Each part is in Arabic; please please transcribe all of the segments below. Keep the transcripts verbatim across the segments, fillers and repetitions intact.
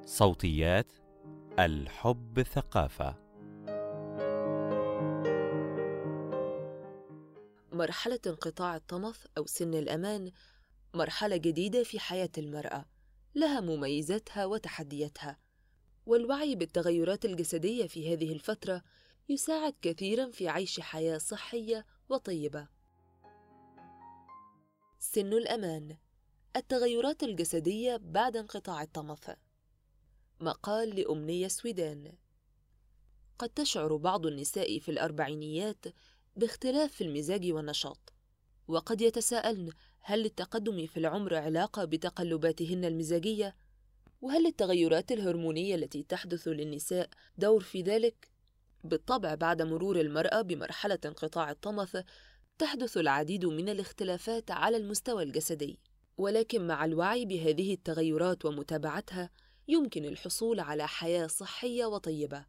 صوتيات الحب ثقافة. مرحلة انقطاع الطمث أو سن الأمان مرحلة جديدة في حياة المرأة، لها مميزاتها وتحدياتها، والوعي بالتغيرات الجسدية في هذه الفترة يساعد كثيراً في عيش حياة صحية وطيبة. سن الأمان: التغيرات الجسدية بعد انقطاع الطمث. مقال لأمنية سويدان. قد تشعر بعض النساء في الأربعينيات باختلاف في المزاج والنشاط، وقد يتساءلن: هل للتقدم في العمر علاقة بتقلباتهن المزاجية؟ وهل التغيرات الهرمونية التي تحدث للنساء دور في ذلك؟ بالطبع، بعد مرور المرأة بمرحلة انقطاع الطمث تحدث العديد من الاختلافات على المستوى الجسدي، ولكن مع الوعي بهذه التغيرات ومتابعتها يمكن الحصول على حياة صحية وطيبة.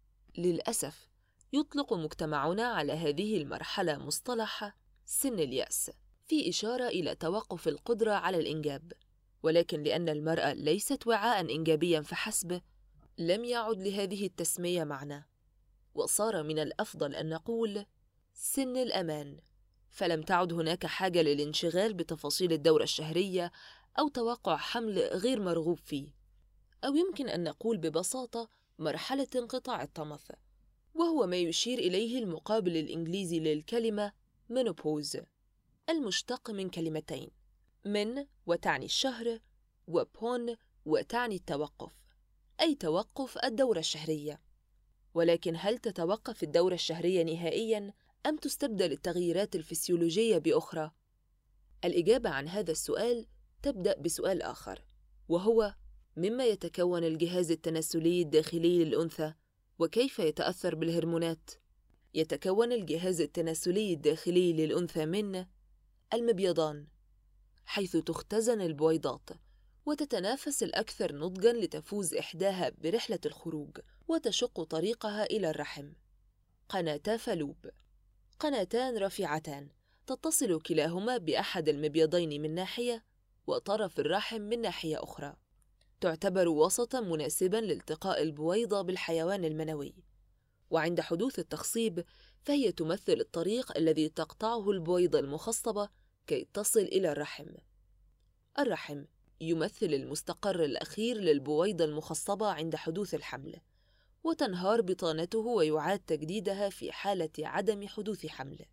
للأسف يطلق مجتمعنا على هذه المرحلة مصطلح سن اليأس، في إشارة إلى توقف القدرة على الإنجاب، ولكن لأن المرأة ليست وعاء إنجابيا فحسب لم يعد لهذه التسمية معنى، وصار من الأفضل أن نقول سن الأمان، فلم تعد هناك حاجة للانشغال بتفاصيل الدورة الشهرية أو توقع حمل غير مرغوب فيه، أو يمكن أن نقول ببساطة مرحلة انقطاع الطمث، وهو ما يشير إليه المقابل الإنجليزي للكلمة menopause، المشتق من كلمتين من وتعني الشهر، وبون وتعني التوقف، أي توقف الدورة الشهرية. ولكن هل تتوقف الدورة الشهرية نهائياً أم تستبدل التغييرات الفسيولوجية بأخرى؟ الإجابة عن هذا السؤال تبدأ بسؤال آخر، وهو: مما يتكون الجهاز التناسلي الداخلي للأنثى؟ وكيف يتأثر بالهرمونات؟ يتكون الجهاز التناسلي الداخلي للأنثى من المبيضان، حيث تختزن البويضات وتتنافس الأكثر نضجاً لتفوز إحداها برحلة الخروج وتشق طريقها إلى الرحم. قناتا فالوب، قناتان رفيعتان تتصل كلاهما بأحد المبيضين من ناحية وطرف الرحم من ناحية أخرى، تعتبر وسطاً مناسباً لالتقاء البويضة بالحيوان المنوي، وعند حدوث التخصيب فهي تمثل الطريق الذي تقطعه البويضة المخصبة كي تصل إلى الرحم. الرحم يمثل المستقر الأخير للبويضة المخصبة عند حدوث الحمل، وتنهار بطانته ويعاد تجديدها في حالة عدم حدوث حمل.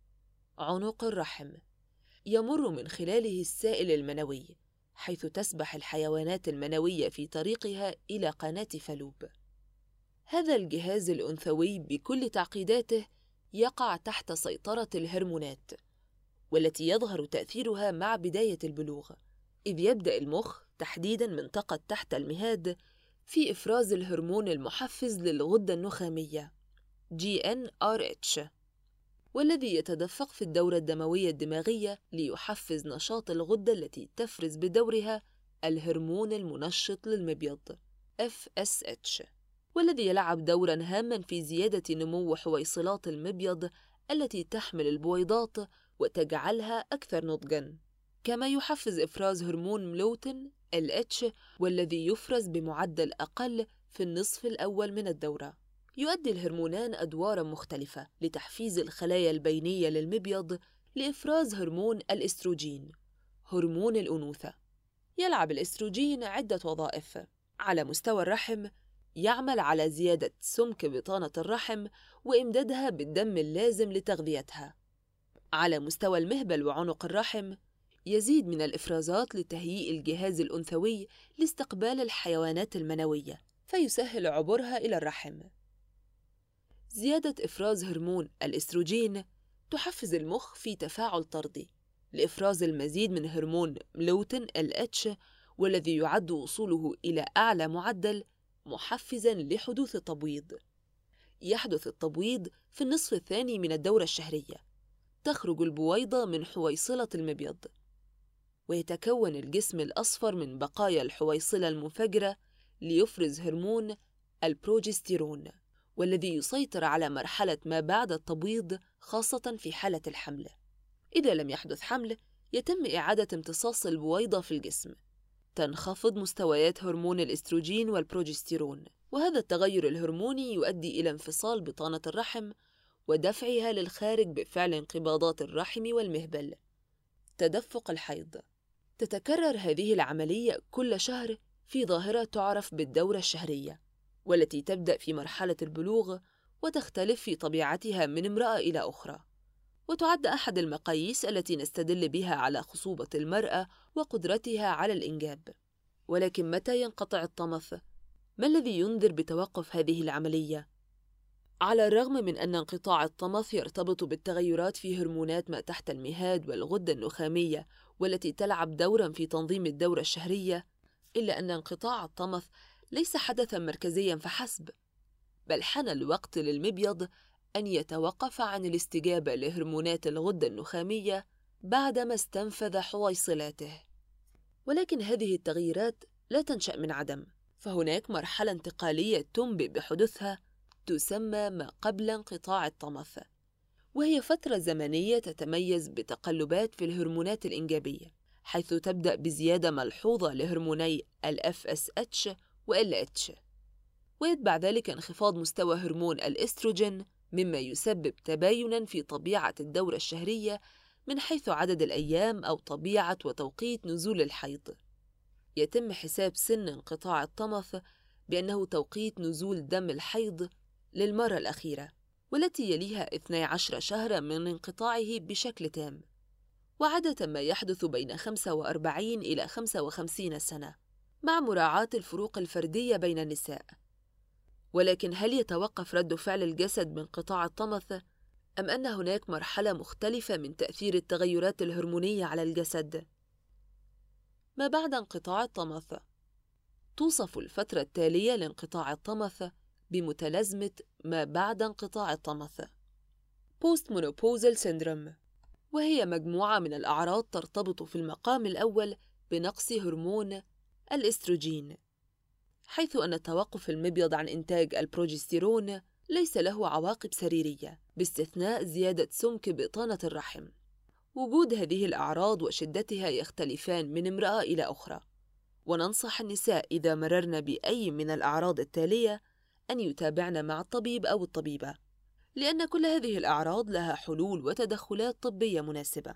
عنق الرحم يمر من خلاله السائل المنوي، حيث تسبح الحيوانات المنوية في طريقها إلى قناة فالوب. هذا الجهاز الأنثوي بكل تعقيداته يقع تحت سيطرة الهرمونات، والتي يظهر تأثيرها مع بداية البلوغ، إذ يبدأ المخ تحديداً منطقة تحت المهاد في إفراز الهرمون المحفز للغدة النخامية جي إن آر إتش، والذي يتدفق في الدورة الدموية الدماغية ليحفز نشاط الغدة التي تفرز بدورها الهرمون المنشط للمبيض إف إس إتش، والذي يلعب دوراً هاماً في زيادة نمو حويصلات المبيض التي تحمل البويضات وتجعلها أكثر نضجاً، كما يحفز إفراز هرمون ملوتين إل إتش، والذي يفرز بمعدل أقل في النصف الأول من الدورة. يؤدي الهرمونان أدواراً مختلفة لتحفيز الخلايا البينية للمبيض لإفراز هرمون الإستروجين، هرمون الأنوثة. يلعب الإستروجين عدة وظائف. على مستوى الرحم يعمل على زيادة سمك بطانة الرحم وإمدادها بالدم اللازم لتغذيتها. على مستوى المهبل وعنق الرحم يزيد من الإفرازات لتهيئ الجهاز الأنثوي لاستقبال الحيوانات المنوية فيسهل عبورها إلى الرحم. زيادة إفراز هرمون الإستروجين تحفز المخ في تفاعل طردي لإفراز المزيد من هرمون ملوتين إل إتش، والذي يعد وصوله إلى أعلى معدل محفزاً لحدوث التبويض. يحدث التبويض في النصف الثاني من الدورة الشهرية، تخرج البويضة من حويصلة المبيض، ويتكون الجسم الأصفر من بقايا الحويصلة المنفجرة ليفرز هرمون البروجستيرون، والذي يسيطر على مرحلة ما بعد التبويض خاصة في حالة الحمل. إذا لم يحدث حمل يتم إعادة امتصاص البويضة في الجسم، تنخفض مستويات هرمون الإستروجين والبروجستيرون، وهذا التغير الهرموني يؤدي إلى انفصال بطانة الرحم ودفعها للخارج بفعل انقباضات الرحم والمهبل. تدفق الحيض. تتكرر هذه العملية كل شهر في ظاهرة تعرف بالدورة الشهرية، والتي تبدأ في مرحلة البلوغ وتختلف في طبيعتها من امرأة إلى أخرى، وتعد أحد المقاييس التي نستدل بها على خصوبة المرأة وقدرتها على الإنجاب. ولكن متى ينقطع الطمث؟ ما الذي ينذر بتوقف هذه العملية؟ على الرغم من أن انقطاع الطمث يرتبط بالتغيرات في هرمونات ما تحت المهاد والغدة النخامية والتي تلعب دورا في تنظيم الدورة الشهرية، إلا أن انقطاع الطمث ليس حدثا مركزيا فحسب، بل حان الوقت للمبيض أن يتوقف عن الاستجابة لهرمونات الغدة النخامية بعدما استنفذ حويصلاته. ولكن هذه التغييرات لا تنشأ من عدم، فهناك مرحلة انتقالية تنبئ بحدوثها تسمى ما قبل انقطاع الطمث، وهي فترة زمنية تتميز بتقلبات في الهرمونات الإنجابية، حيث تبدأ بزيادة ملحوظة لهرموني ال إف إس إتش و إل إتش، ويتبع ذلك انخفاض مستوى هرمون الإستروجين، مما يسبب تبايناً في طبيعة الدورة الشهرية من حيث عدد الأيام أو طبيعة وتوقيت نزول الحيض. يتم حساب سن انقطاع الطمث بأنه توقيت نزول دم الحيض للمرة الأخيرة، والتي يليها اثني عشر شهراً من انقطاعه بشكل تام، وعادة ما يحدث بين خمسة وأربعين إلى خمسة وخمسين سنة، مع مراعاة الفروق الفردية بين النساء. ولكن هل يتوقف رد فعل الجسد بانقطاع الطمث، أم أن هناك مرحلة مختلفة من تأثير التغيرات الهرمونية على الجسد؟ ما بعد انقطاع الطمث. توصف الفترة التالية لانقطاع الطمث بمتلازمة ما بعد انقطاع الطمث Post-menopausal syndrome، وهي مجموعة من الأعراض ترتبط في المقام الأول بنقص هرمون الإستروجين، حيث أن توقف المبيض عن إنتاج البروجستيرون ليس له عواقب سريرية باستثناء زيادة سمك بطانة الرحم. وجود هذه الأعراض وشدتها يختلفان من امرأة إلى أخرى، وننصح النساء إذا مررن بأي من الأعراض التالية أن يتابعن مع الطبيب أو الطبيبة، لأن كل هذه الأعراض لها حلول وتدخلات طبية مناسبة.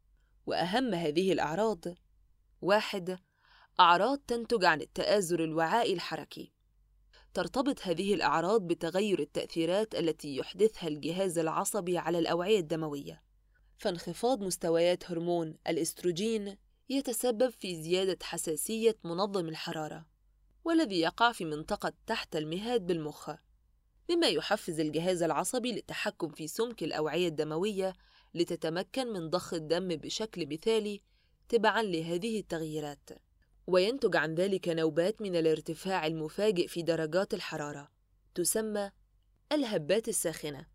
وأهم هذه الأعراض: واحد، أعراض تنتج عن التآزر الوعائي الحركي. ترتبط هذه الأعراض بتغير التأثيرات التي يحدثها الجهاز العصبي على الأوعية الدموية، فانخفاض مستويات هرمون الإستروجين يتسبب في زيادة حساسية منظم الحرارة، والذي يقع في منطقة تحت المهاد بالمخ، مما يحفز الجهاز العصبي للتحكم في سمك الأوعية الدموية لتتمكن من ضخ الدم بشكل مثالي تبعاً لهذه التغييرات. وينتج عن ذلك نوبات من الارتفاع المفاجئ في درجات الحرارة تسمى الهبات الساخنة،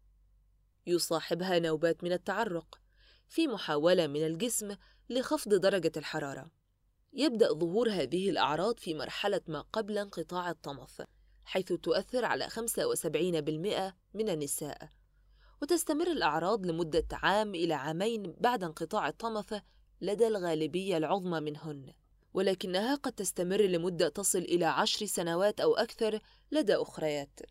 يصاحبها نوبات من التعرق في محاولة من الجسم لخفض درجة الحرارة. يبدأ ظهور هذه الأعراض في مرحلة ما قبل انقطاع الطمث، حيث تؤثر على خمسة وسبعين بالمئة من النساء، وتستمر الأعراض لمدة عام إلى عامين بعد انقطاع الطمث لدى الغالبية العظمى منهن، ولكنها قد تستمر لمدة تصل إلى عشر سنوات أو أكثر لدى أخريات.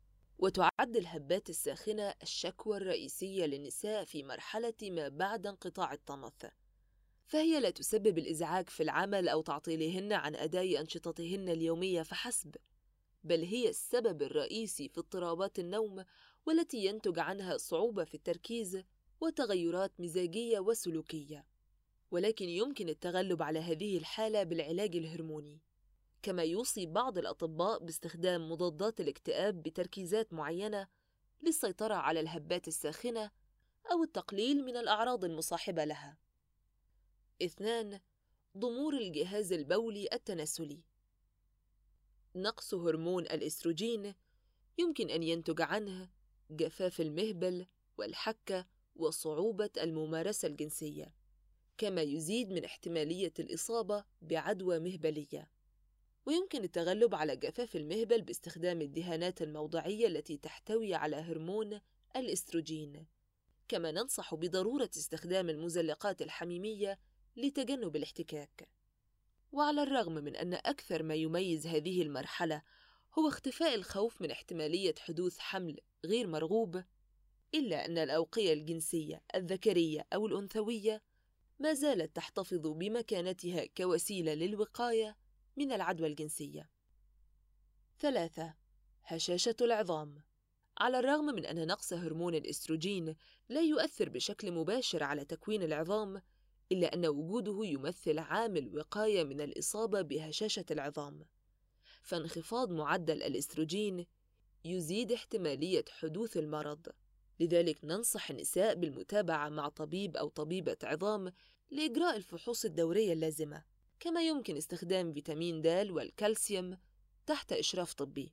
وتعد الهبات الساخنة الشكوى الرئيسية للنساء في مرحلة ما بعد انقطاع الطمث، فهي لا تسبب الإزعاج في العمل أو تعطيلهن عن أداء أنشطتهن اليومية فحسب، بل هي السبب الرئيسي في اضطرابات النوم، والتي ينتج عنها صعوبة في التركيز وتغيرات مزاجية وسلوكية. ولكن يمكن التغلب على هذه الحالة بالعلاج الهرموني، كما يوصي بعض الأطباء باستخدام مضادات الاكتئاب بتركيزات معينة للسيطرة على الهبات الساخنة أو التقليل من الأعراض المصاحبة لها. اثنان، ضمور الجهاز البولي التناسلي. نقص هرمون الإستروجين يمكن أن ينتج عنه جفاف المهبل والحكة وصعوبة الممارسة الجنسية، كما يزيد من احتمالية الإصابة بعدوى مهبلية. ويمكن التغلب على جفاف المهبل باستخدام الدهانات الموضعية التي تحتوي على هرمون الإستروجين، كما ننصح بضرورة استخدام المزلقات الحميمية لتجنب الاحتكاك. وعلى الرغم من أن أكثر ما يميز هذه المرحلة هو اختفاء الخوف من احتمالية حدوث حمل غير مرغوب، إلا أن الأوقية الجنسية الذكرية أو الأنثوية ما زالت تحتفظ بمكانتها كوسيلة للوقاية من العدوى الجنسية. ثلاثة. هشاشة العظام. على الرغم من أن نقص هرمون الإستروجين لا يؤثر بشكل مباشر على تكوين العظام، إلا أن وجوده يمثل عامل وقاية من الإصابة بهشاشة العظام، فانخفاض معدل الإستروجين يزيد احتمالية حدوث المرض. لذلك ننصح النساء بالمتابعة مع طبيب أو طبيبة عظام لإجراء الفحوص الدورية اللازمة، كما يمكن استخدام فيتامين د والكالسيوم تحت إشراف طبي.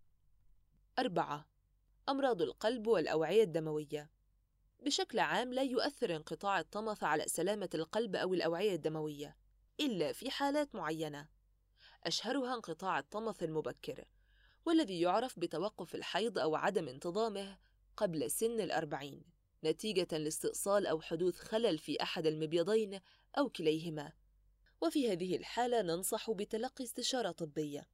أربعة. أمراض القلب والأوعية الدموية. بشكل عام لا يؤثر انقطاع الطمث على سلامة القلب أو الأوعية الدموية إلا في حالات معينة، أشهرها انقطاع الطمث المبكر، والذي يعرف بتوقف الحيض أو عدم انتظامه قبل سن الأربعين نتيجة لاستئصال أو حدوث خلل في أحد المبيضين أو كليهما، وفي هذه الحالة ننصح بتلقي استشارة طبية.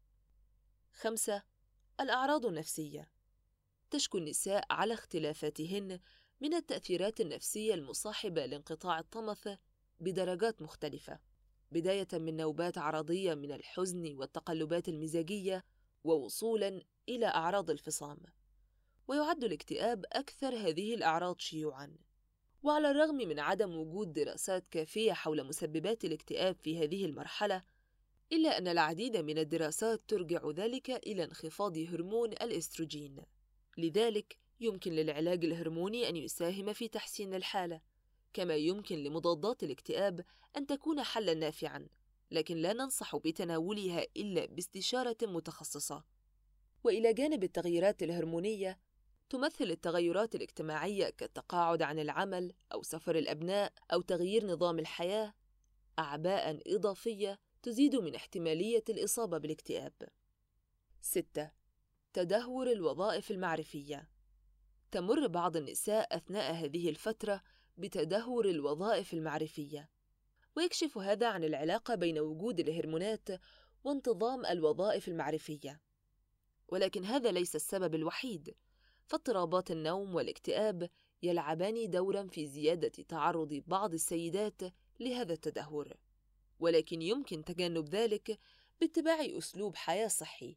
خمسة. الأعراض النفسية. تشكو النساء على اختلافاتهن من التأثيرات النفسية المصاحبة لانقطاع الطمث بدرجات مختلفة، بداية من نوبات عرضية من الحزن والتقلبات المزاجية، ووصولاً إلى أعراض الفصام. ويعد الاكتئاب أكثر هذه الأعراض شيوعاً. وعلى الرغم من عدم وجود دراسات كافية حول مسببات الاكتئاب في هذه المرحلة، إلا أن العديد من الدراسات ترجع ذلك إلى انخفاض هرمون الإستروجين. لذلك يمكن للعلاج الهرموني أن يساهم في تحسين الحالة، كما يمكن لمضادات الاكتئاب أن تكون حلاً نافعاً، لكن لا ننصح بتناولها إلا باستشارة متخصصة. وإلى جانب التغييرات الهرمونية، تمثل التغيرات الاجتماعية كالتقاعد عن العمل أو سفر الأبناء أو تغيير نظام الحياة أعباء إضافية تزيد من احتمالية الإصابة بالاكتئاب. ستة. تدهور الوظائف المعرفية. تمر بعض النساء أثناء هذه الفترة بتدهور الوظائف المعرفية، ويكشف هذا عن العلاقة بين وجود الهرمونات وانتظام الوظائف المعرفية. ولكن هذا ليس السبب الوحيد، فاضطرابات النوم والاكتئاب يلعبان دورا في زيادة تعرض بعض السيدات لهذا التدهور، ولكن يمكن تجنب ذلك باتباع أسلوب حياة صحي.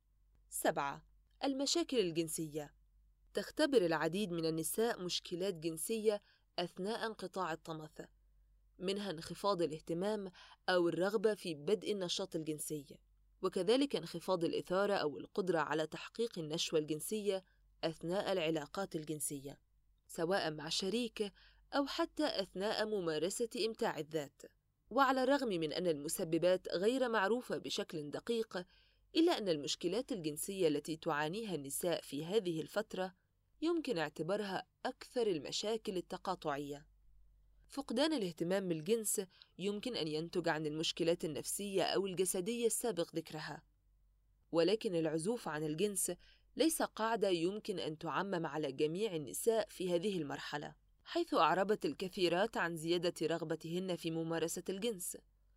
سبعة. المشاكل الجنسية. تختبر العديد من النساء مشكلات جنسية أثناء انقطاع الطمث، منها انخفاض الاهتمام أو الرغبة في بدء النشاط الجنسي، وكذلك انخفاض الإثارة أو القدرة على تحقيق النشوة الجنسية أثناء العلاقات الجنسية، سواء مع شريك أو حتى أثناء ممارسة إمتاع الذات. وعلى الرغم من أن المسببات غير معروفة بشكل دقيق، إلا أن المشكلات الجنسية التي تعانيها النساء في هذه الفترة يمكن اعتبارها أكثر المشاكل التقاطعية. فقدان الاهتمام بالجنس يمكن أن ينتج عن المشكلات النفسية أو الجسدية السابق ذكرها، ولكن العزوف عن الجنس ليس قاعدة يمكن أن تعمم على جميع النساء في هذه المرحلة، حيث أعربت الكثيرات عن زيادة رغبتهن في ممارسة الجنس،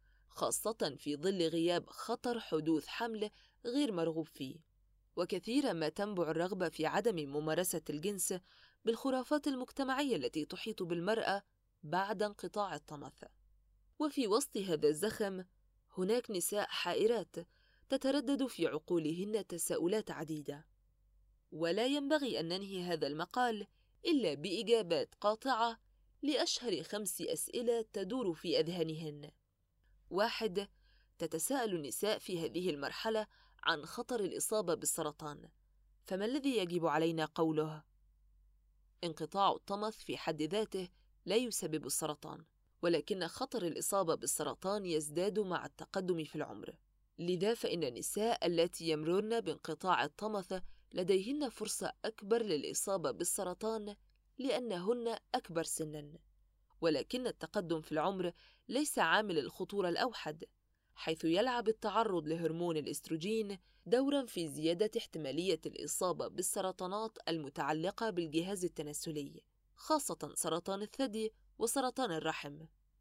خاصة في ظل غياب خطر حدوث حمل غير مرغوب فيه. وكثيرا ما تنبع الرغبة في عدم ممارسة الجنس بالخرافات المجتمعية التي تحيط بالمرأة بعد انقطاع الطمث. وفي وسط هذا الزخم هناك نساء حائرات تتردد في عقولهن تساؤلات عديدة، ولا ينبغي أن ننهي هذا المقال إلا بإجابات قاطعة لأشهر خمس أسئلة تدور في أذهانهن. واحد. تتساءل النساء في هذه المرحلة عن خطر الإصابة بالسرطان، فما الذي يجب علينا قوله؟ انقطاع الطمث في حد ذاته لا يسبب السرطان، ولكن خطر الإصابة بالسرطان يزداد مع التقدم في العمر. لذا فإن النساء التي يمرن بانقطاع الطمث لديهن فرصة أكبر للإصابة بالسرطان لأنهن أكبر سناً، ولكن التقدم في العمر ليس عامل الخطورة الأوحد، حيث يلعب التعرض لهرمون الإستروجين دوراً في زيادة احتمالية الإصابة بالسرطانات المتعلقة بالجهاز التناسلي، خاصة سرطان الثدي وسرطان الرحم.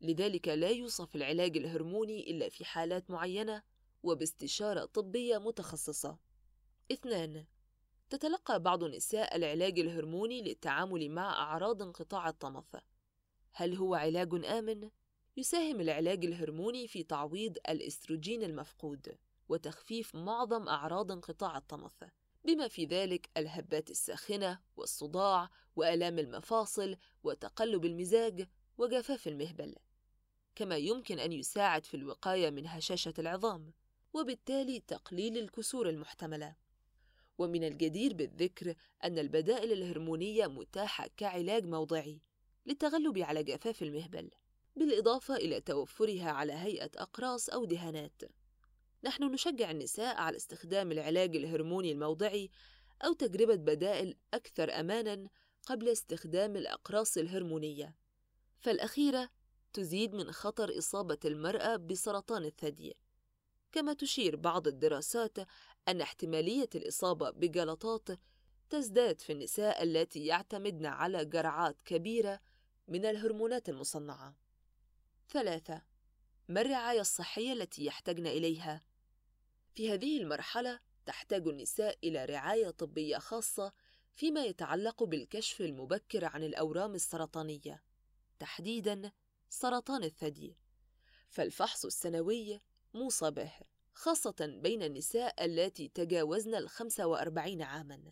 لذلك لا يوصف العلاج الهرموني إلا في حالات معينة وباستشارة طبية متخصصة. اثنان، تتلقى بعض النساء العلاج الهرموني للتعامل مع أعراض انقطاع الطمث. هل هو علاج آمن؟ يساهم العلاج الهرموني في تعويض الإستروجين المفقود وتخفيف معظم أعراض انقطاع الطمث، بما في ذلك الهبات الساخنة والصداع وآلام المفاصل وتقلب المزاج وجفاف المهبل، كما يمكن أن يساعد في الوقاية من هشاشة العظام وبالتالي تقليل الكسور المحتملة. ومن الجدير بالذكر أن البدائل الهرمونية متاحة كعلاج موضعي للتغلب على جفاف المهبل، بالإضافة إلى توفرها على هيئة أقراص أو دهانات. نحن نشجع النساء على استخدام العلاج الهرموني الموضعي أو تجربة بدائل أكثر أماناً قبل استخدام الأقراص الهرمونية، فالأخيرة تزيد من خطر إصابة المرأة بسرطان الثدي. كما تشير بعض الدراسات أن احتمالية الإصابة بجلطات تزداد في النساء التي يعتمدن على جرعات كبيرة من الهرمونات المصنعة. ثلاثة، ما الرعاية الصحية التي يحتاجن إليها؟ في هذه المرحلة تحتاج النساء إلى رعاية طبية خاصة فيما يتعلق بالكشف المبكر عن الأورام السرطانية، تحديداً سرطان الثدي، فالفحص السنوي موصى به، خاصة بين النساء اللاتي تجاوزن الخمسة وأربعين عاماً.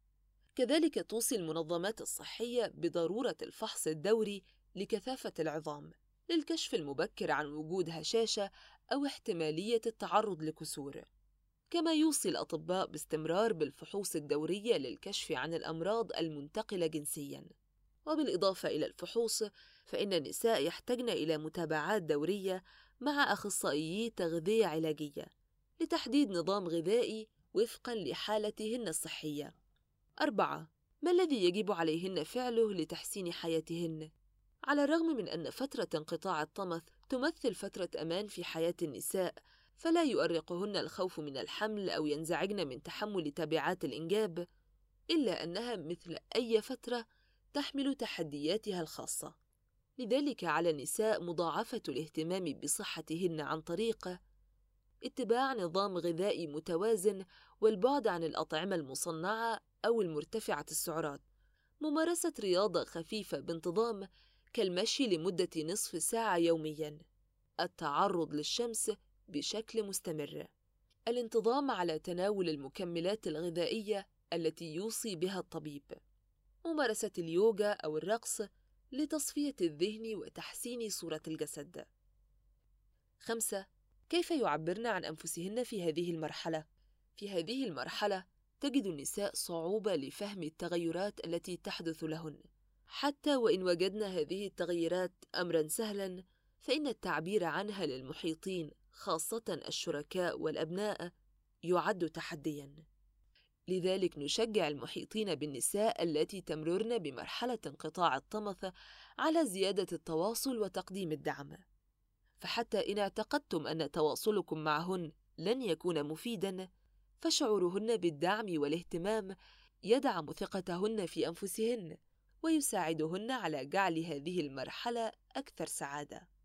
كذلك توصي المنظمات الصحية بضرورة الفحص الدوري لكثافة العظام للكشف المبكر عن وجود هشاشة أو احتمالية التعرض لكسور. كما يوصي الأطباء باستمرار بالفحوص الدورية للكشف عن الأمراض المنتقلة جنسياً. وبالإضافة إلى الفحوص، فإن النساء يحتاجن إلى متابعات دورية مع أخصائيي تغذية علاجية لتحديد نظام غذائي وفقاً لحالتهن الصحية. أربعة، ما الذي يجب عليهن فعله لتحسين حياتهن؟ على الرغم من أن فترة انقطاع الطمث تمثل فترة أمان في حياة النساء، فلا يؤرقهن الخوف من الحمل أو ينزعجن من تحمل تبعات الإنجاب، إلا أنها مثل أي فترة تحمل تحدياتها الخاصة. لذلك على النساء مضاعفة الاهتمام بصحتهن عن طريق اتباع نظام غذائي متوازن والبعد عن الأطعمة المصنعة أو المرتفعة السعرات، ممارسة رياضة خفيفة بانتظام كالمشي لمدة نصف ساعة يومياً، التعرض للشمس بشكل مستمر، الانتظام على تناول المكملات الغذائية التي يوصي بها الطبيب، ممارسة اليوغا أو الرقص لتصفية الذهن وتحسين صورة الجسد. خمسة، كيف يعبرن عن أنفسهن في هذه المرحلة؟ في هذه المرحلة تجد النساء صعوبة لفهم التغيرات التي تحدث لهن، حتى وإن وجدن هذه التغيرات أمراً سهلاً، فإن التعبير عنها للمحيطين خاصة الشركاء والأبناء يعد تحدياً. لذلك نشجع المحيطين بالنساء التي تمررن بمرحلة انقطاع الطمث على زيادة التواصل وتقديم الدعم، فحتى إن اعتقدتم أن تواصلكم معهن لن يكون مفيداً، فشعورهن بالدعم والاهتمام يدعم ثقتهن في أنفسهن ويساعدهن على جعل هذه المرحلة أكثر سعادة.